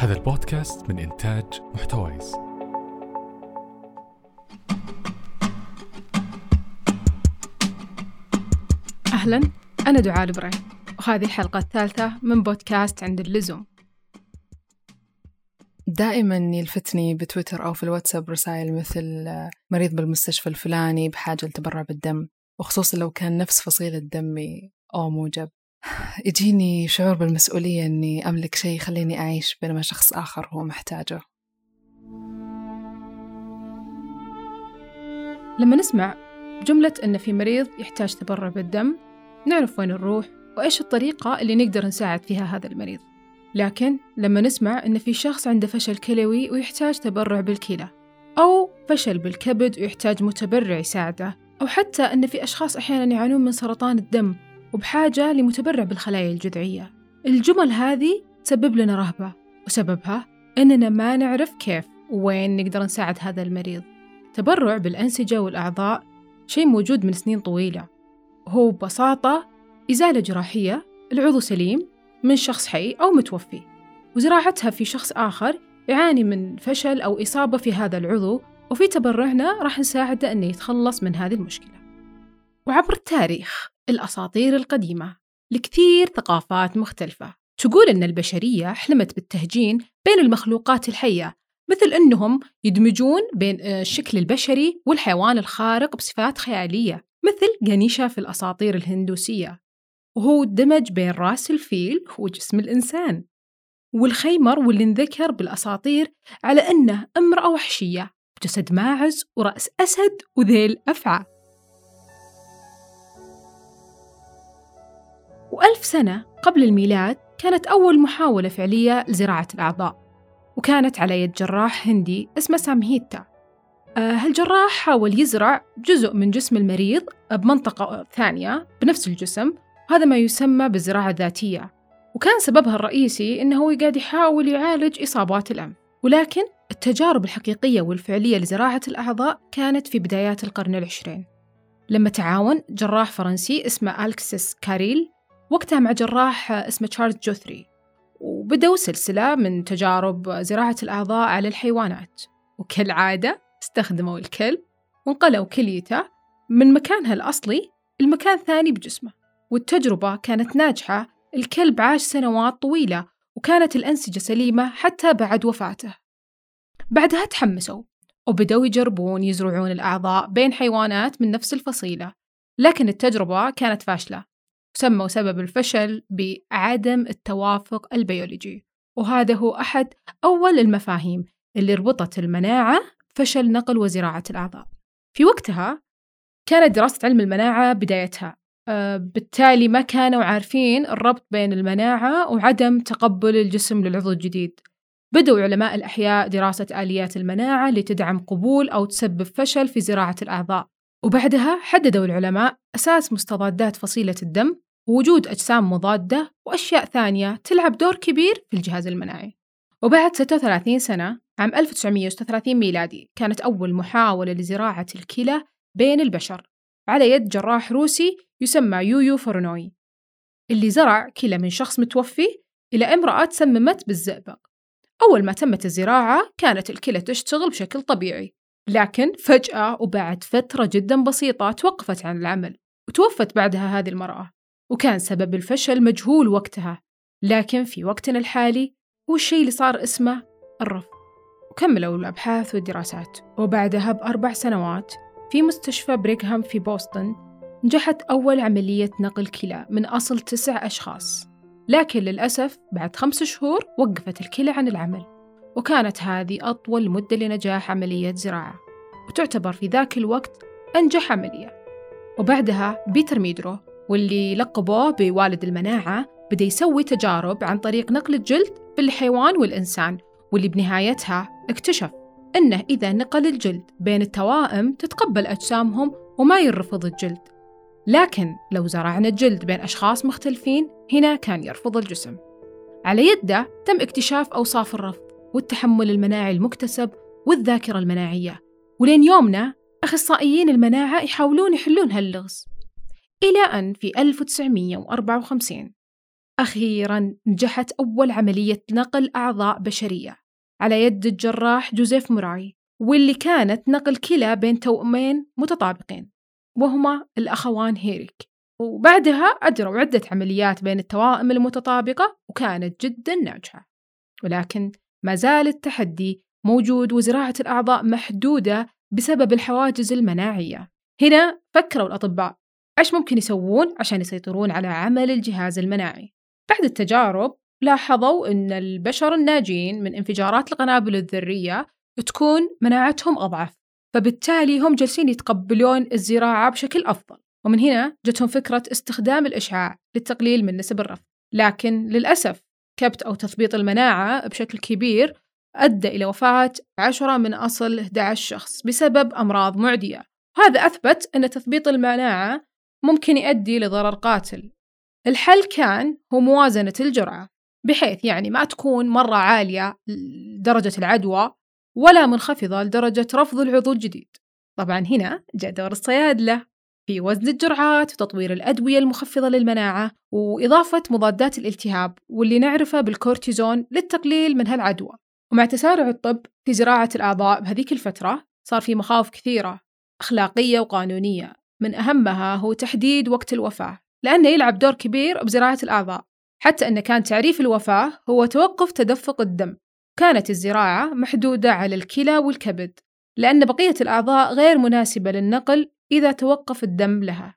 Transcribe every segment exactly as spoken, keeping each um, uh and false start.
هذا البودكاست من إنتاج محتويس. أهلاً، أنا دعاء البراهيم، وهذه الحلقة الثالثة من بودكاست عند اللزوم. دائماً يلفتني بتويتر أو في الواتساب رسائل مثل مريض بالمستشفى الفلاني بحاجة لتبرع بالدم، وخصوصاً لو كان نفس فصيلة دمي أو موجب. يجيني شعور بالمسؤولية أني أملك شيء يخليني أعيش بينما شخص آخر هو محتاجه. لما نسمع جملة أن في مريض يحتاج تبرع بالدم، نعرف وين نروح وإيش الطريقة اللي نقدر نساعد فيها هذا المريض. لكن لما نسمع أن في شخص عنده فشل كلوي ويحتاج تبرع بالكلى، أو فشل بالكبد ويحتاج متبرع يساعده، أو حتى أن في أشخاص أحياناً يعانون من سرطان الدم وبحاجة لمتبرع بالخلايا الجذعية، الجمل هذه تسبب لنا رهبة، وسببها أننا ما نعرف كيف وين نقدر نساعد هذا المريض. تبرع بالأنسجة والأعضاء شيء موجود من سنين طويلة، هو ببساطة إزالة جراحية العضو سليم من شخص حي أو متوفي، وزراعتها في شخص آخر يعاني من فشل أو إصابة في هذا العضو، وفي تبرعنا راح نساعده أنه يتخلص من هذه المشكلة. وعبر التاريخ الأساطير القديمة لكثير ثقافات مختلفة تقول أن البشرية حلمت بالتهجين بين المخلوقات الحية، مثل أنهم يدمجون بين الشكل البشري والحيوان الخارق بصفات خيالية، مثل غنيشة في الأساطير الهندوسية، وهو الدمج بين رأس الفيل وجسم الإنسان. والخيمر واللي انذكر بالأساطير على أنه امرأة وحشية بجسد ماعز ورأس أسد وذيل أفعى. وألف سنة قبل الميلاد كانت أول محاولة فعلية لزراعة الأعضاء، وكانت على يد جراح هندي اسمه سامهيتا. أه هالجراح حاول يزرع جزء من جسم المريض بمنطقة ثانية بنفس الجسم، وهذا ما يسمى بالزراعة الذاتية، وكان سببها الرئيسي إنه هو قاعد يحاول يعالج إصابات الأنف. ولكن التجارب الحقيقية والفعلية لزراعة الأعضاء كانت في بدايات القرن العشرين، لما تعاون جراح فرنسي اسمه ألكسيس كاريل وقتها مع جراح اسمه تشارلز جوثري، وبدأوا سلسلة من تجارب زراعة الأعضاء على الحيوانات. وكالعادة استخدموا الكلب وانقلوا كليته من مكانها الأصلي المكان ثاني بجسمه، والتجربة كانت ناجحة. الكلب عاش سنوات طويلة وكانت الأنسجة سليمة حتى بعد وفاته. بعدها تحمسوا وبدأوا يجربون يزرعون الأعضاء بين حيوانات من نفس الفصيلة، لكن التجربة كانت فاشلة، سموا سبب الفشل بعدم التوافق البيولوجي، وهذا هو أحد أول المفاهيم اللي ربطت المناعة فشل نقل وزراعة الأعضاء. في وقتها كانت دراسة علم المناعة بدايتها، أه بالتالي ما كانوا عارفين الربط بين المناعة وعدم تقبل الجسم للعضو الجديد. بدأوا علماء الأحياء دراسة آليات المناعة لتدعم قبول أو تسبب فشل في زراعة الأعضاء، وبعدها حددوا العلماء أساس مستضادات فصيلة الدم ووجود أجسام مضادة وأشياء ثانية تلعب دور كبير في الجهاز المناعي. وبعد ستة وثلاثين سنة عام ألف وتسعمائة وستة وثلاثين ميلادي كانت أول محاولة لزراعة الكلى بين البشر على يد جراح روسي يسمى يويو فورونوي، اللي زرع كلى من شخص متوفي إلى امرأة تسممت بالزئبق. أول ما تمت الزراعة كانت الكلى تشتغل بشكل طبيعي، لكن فجأة وبعد فترة جدا بسيطة توقفت عن العمل وتوفت بعدها هذه المرأة، وكان سبب الفشل مجهول وقتها. لكن في وقتنا الحالي هو الشيء اللي صار اسمه الرفض. وكملوا الأبحاث والدراسات، وبعدها بأربع سنوات في مستشفى بريغهام في بوسطن نجحت أول عملية نقل كلى من أصل تسع أشخاص، لكن للأسف بعد خمس شهور وقفت الكلى عن العمل، وكانت هذه أطول مدة لنجاح عملية زراعة، وتعتبر في ذاك الوقت أنجح عملية. وبعدها بيتر ميدرو، واللي لقبوه بوالد المناعة، بدأ يسوي تجارب عن طريق نقل الجلد بالحيوان والإنسان، واللي بنهايتها اكتشف أنه إذا نقل الجلد بين التوائم تتقبل أجسامهم وما يرفض الجلد، لكن لو زرعنا الجلد بين أشخاص مختلفين هنا كان يرفض الجسم. على يده تم اكتشاف أوصاف الرفض والتحمل المناعي المكتسب والذاكرة المناعية، ولين يومنا أخصائيين المناعة يحاولون يحلون هاللغز، إلى أن في ألف وتسعمائة وأربعة وخمسين أخيراً نجحت أول عملية نقل أعضاء بشرية على يد الجراح جوزيف موراي، واللي كانت نقل كلى بين توأمين متطابقين وهما الأخوان هيريك. وبعدها أجروا عدة عمليات بين التوائم المتطابقة وكانت جداً ناجحة. ولكن ما زال التحدي موجود وزراعة الأعضاء محدودة بسبب الحواجز المناعية. هنا فكروا الأطباء إيش ممكن يسوون عشان يسيطرون على عمل الجهاز المناعي. بعد التجارب لاحظوا أن البشر الناجين من انفجارات القنابل الذرية تكون مناعتهم أضعف، فبالتالي هم جالسين يتقبلون الزراعة بشكل أفضل. ومن هنا جتهم فكرة استخدام الإشعاع للتقليل من نسب الرفض. لكن للأسف كبت أو تثبيط المناعة بشكل كبير أدى إلى وفاة عشرة من أصل أحد عشر شخص بسبب أمراض معدية. هذا أثبت أن تثبيط المناعة ممكن يؤدي لضرر قاتل. الحل كان هو موازنة الجرعة، بحيث يعني ما تكون مرة عالية درجة العدوى ولا منخفضة لدرجة رفض العضو الجديد. طبعا هنا جاء دور الصيادلة في وزن الجرعات وتطوير الأدوية المخفضة للمناعة وإضافة مضادات الالتهاب واللي نعرفه بالكورتيزون للتقليل من هالعدوى. ومع تسارع الطب في زراعة الأعضاء بهذيك الفترة صار في مخاوف كثيرة أخلاقية وقانونية، من أهمها هو تحديد وقت الوفاة، لأنه يلعب دور كبير بزراعة الأعضاء، حتى أن كان تعريف الوفاة هو توقف تدفق الدم. كانت الزراعة محدودة على الكلى والكبد، لأن بقية الأعضاء غير مناسبة للنقل إذا توقف الدم لها.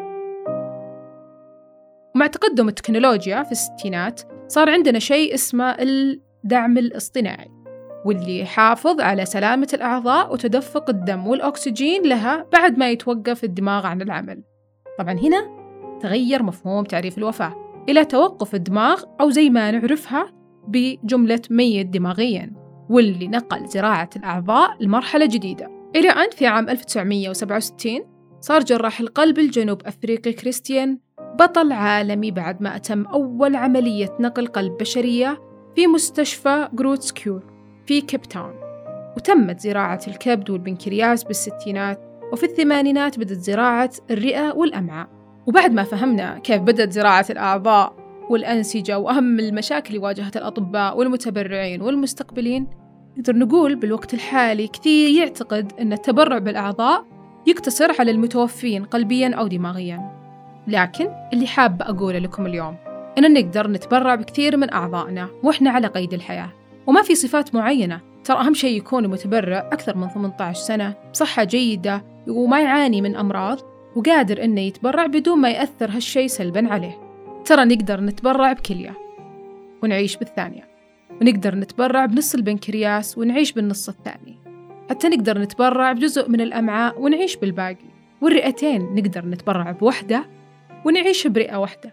ومع تقدم التكنولوجيا في الستينات صار عندنا شيء اسمه الدعم الاصطناعي، واللي يحافظ على سلامة الأعضاء وتدفق الدم والأكسجين لها بعد ما يتوقف الدماغ عن العمل. طبعا هنا تغير مفهوم تعريف الوفاة إلى توقف الدماغ، أو زي ما نعرفها بجملة ميت دماغياً، واللي نقل زراعة الأعضاء لمرحلة جديدة. إلى أن في عام ألف وتسعمية وسبعة وستين صار جراح القلب الجنوب أفريقي كريستيان بطل عالمي بعد ما أتم أول عملية نقل قلب بشرية في مستشفى جروتس كيور في كيب تاون. وتمت زراعة الكبد والبنكرياس بالستينات، وفي الثمانينات بدأت زراعة الرئة والأمعاء. وبعد ما فهمنا كيف بدأت زراعة الأعضاء والأنسجة وأهم المشاكل اللي واجهت الأطباء والمتبرعين والمستقبلين، نقدر نقول بالوقت الحالي كثير يعتقد أن التبرع بالأعضاء يقتصر على المتوفين قلبياً أو دماغياً. لكن اللي حابة أقوله لكم اليوم أن نقدر نتبرع بكثير من أعضائنا وإحنا على قيد الحياة، وما في صفات معينة. ترى أهم شيء يكون المتبرع أكثر من ثمانية عشر سنة بصحة جيدة وما يعاني من أمراض وقادر إنه يتبرع بدون ما يأثر هالشيء سلباً عليه. ترى نقدر نتبرع بكلية ونعيش بالثانية، ونقدر نتبرع بنص البنكرياس ونعيش بالنص الثاني، حتى نقدر نتبرع بجزء من الأمعاء ونعيش بالباقي، والرئتين نقدر نتبرع بوحدة ونعيش برئة واحدة.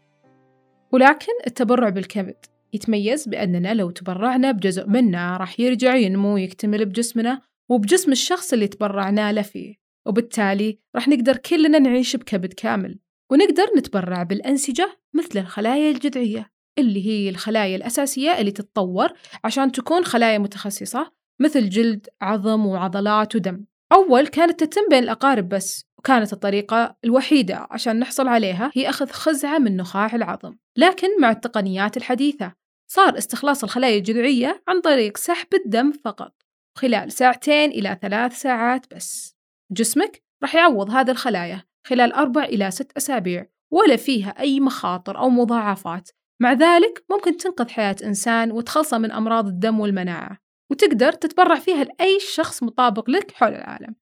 ولكن التبرع بالكبد يتميز بأننا لو تبرعنا بجزء منه راح يرجع ينمو ويكتمل بجسمنا وبجسم الشخص اللي تبرعنا له فيه، وبالتالي راح نقدر كلنا نعيش بكبد كامل. ونقدر نتبرع بالأنسجة مثل الخلايا الجذعية اللي هي الخلايا الأساسية اللي تتطور عشان تكون خلايا متخصصة مثل جلد، عظم وعضلات ودم. أول كانت تتم بين الأقارب بس، وكانت الطريقة الوحيدة عشان نحصل عليها هي أخذ خزعة من نخاع العظم. لكن مع التقنيات الحديثة صار استخلاص الخلايا الجذعية عن طريق سحب الدم فقط خلال ساعتين إلى ثلاث ساعات بس. جسمك راح يعوض هذه الخلايا خلال أربع إلى ست أسابيع، ولا فيها أي مخاطر أو مضاعفات. مع ذلك ممكن تنقذ حياة إنسان وتخلصه من أمراض الدم والمناعة، وتقدر تتبرع فيها لأي شخص مطابق لك حول العالم.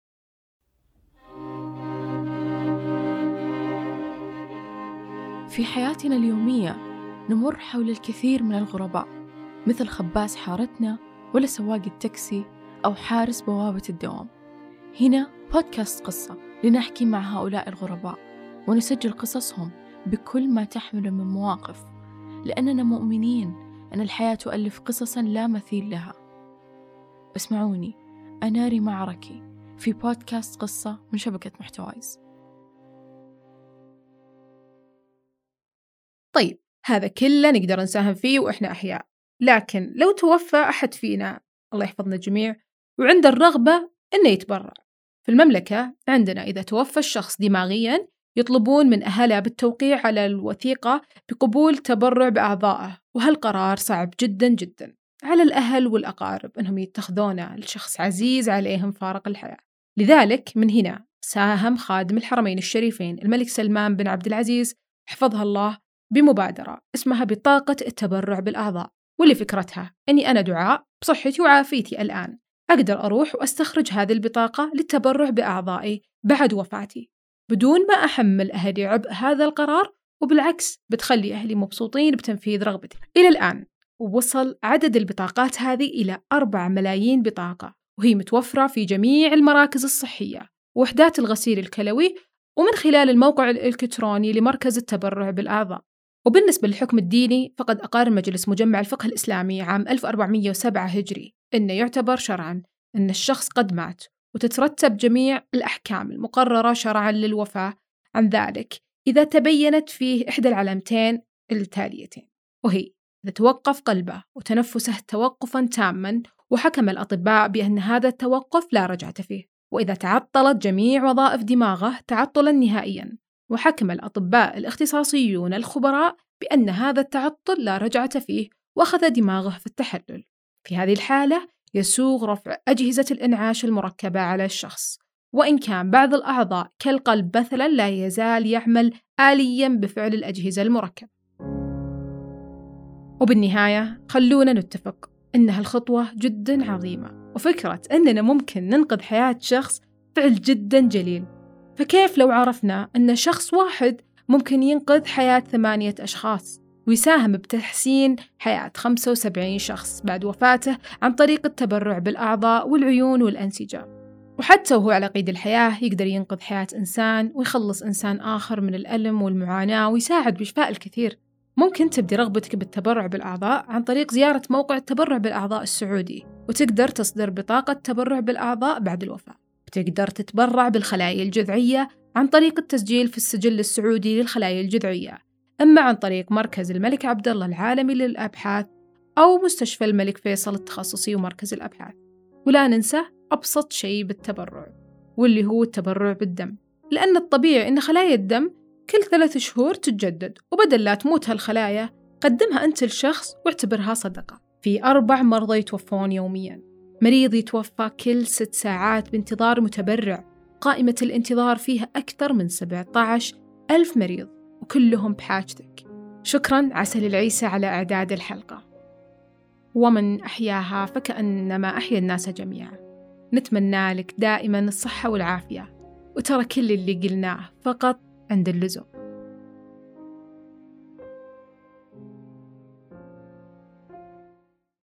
في حياتنا اليومية نمر حول الكثير من الغرباء، مثل خباز حارتنا ولا سواق التاكسي أو حارس بوابة الدوام. هنا بودكاست قصة لنحكي مع هؤلاء الغرباء ونسجل قصصهم بكل ما تحمل من مواقف، لأننا مؤمنين أن الحياة تؤلف قصصاً لا مثيل لها. اسمعوني أنا ريما عركي في بودكاست قصة من شبكة محتوايز. طيب هذا كله نقدر نساهم فيه وإحنا أحياء، لكن لو توفى أحد فينا الله يحفظنا الجميع وعنده الرغبة إنه يتبرع، في المملكة عندنا إذا توفى الشخص دماغياً يطلبون من أهلها بالتوقيع على الوثيقة بقبول تبرع بأعضائه، وهالقرار صعب جدا جدا على الأهل والأقارب أنهم يتخذونه لشخص عزيز عليهم فارق الحياة. لذلك من هنا ساهم خادم الحرمين الشريفين الملك سلمان بن عبد العزيز حفظها الله بمبادرة اسمها بطاقة التبرع بالأعضاء، واللي فكرتها أني أنا دعاء بصحتي وعافيتي الآن أقدر أروح وأستخرج هذه البطاقة للتبرع بأعضائي بعد وفاتي بدون ما أحمل أهلي عبء هذا القرار، وبالعكس بتخلي أهلي مبسوطين بتنفيذ رغبتي. إلى الآن ووصل عدد البطاقات هذه إلى أربع ملايين بطاقة، وهي متوفرة في جميع المراكز الصحية ووحدات الغسيل الكلوي ومن خلال الموقع الإلكتروني لمركز التبرع بالأعضاء. وبالنسبة للحكم الديني فقد أقر مجلس مجمع الفقه الإسلامي عام ألف وأربعمائة وسبعة هجري أنه يعتبر شرعاً أن الشخص قد مات وتترتب جميع الأحكام المقررة شرعاً للوفاة عن ذلك إذا تبينت فيه إحدى العلامتين التاليتين، وهي إذا توقف قلبه وتنفسه توقفاً تاماً وحكم الأطباء بأن هذا التوقف لا رجعة فيه، وإذا تعطلت جميع وظائف دماغه تعطلاً نهائياً وحكم الأطباء الاختصاصيون الخبراء بأن هذا التعطل لا رجعة فيه وأخذ دماغه في التحلل. في هذه الحالة يسوغ رفع أجهزة الإنعاش المركبة على الشخص، وإن كان بعض الأعضاء كالقلب مثلا لا يزال يعمل آليا بفعل الأجهزة المركبة. وبالنهاية خلونا نتفق إنها الخطوة جدا عظيمة، وفكرة أننا ممكن ننقذ حياة شخص فعل جدا جليل. فكيف لو عرفنا أن شخص واحد ممكن ينقذ حياة ثمانية أشخاص ويساهم بتحسين حياة خمسة وسبعين شخص بعد وفاته عن طريق التبرع بالأعضاء والعيون والأنسجة، وحتى وهو على قيد الحياة يقدر ينقذ حياة إنسان ويخلص إنسان آخر من الألم والمعاناة ويساعد بشفاء الكثير. ممكن تبدي رغبتك بالتبرع بالأعضاء عن طريق زيارة موقع التبرع بالأعضاء السعودي، وتقدر تصدر بطاقة تبرع بالأعضاء بعد الوفاة. تقدر تتبرع بالخلايا الجذعية عن طريق التسجيل في السجل السعودي للخلايا الجذعية، أما عن طريق مركز الملك عبد الله العالمي للأبحاث أو مستشفى الملك فيصل التخصصي ومركز الأبحاث. ولا ننسى أبسط شيء بالتبرع واللي هو التبرع بالدم، لأن الطبيعي إن خلايا الدم كل ثلاث شهور تتجدد، وبدل لا تموت هالخلايا قدمها أنت للشخص واعتبرها صدقة. في أربع مرضى يتوفون يومياً، مريض يتوفى كل ست ساعات بانتظار متبرع، قائمة الانتظار فيها أكثر من سبعة عشر ألف مريض وكلهم بحاجتك. شكراً عسل العيسى على إعداد الحلقة، ومن أحياها فكأنما أحيا الناس جميعا. نتمنى لك دائماً الصحة والعافية، وترى كل اللي قلناه فقط عند اللزوم.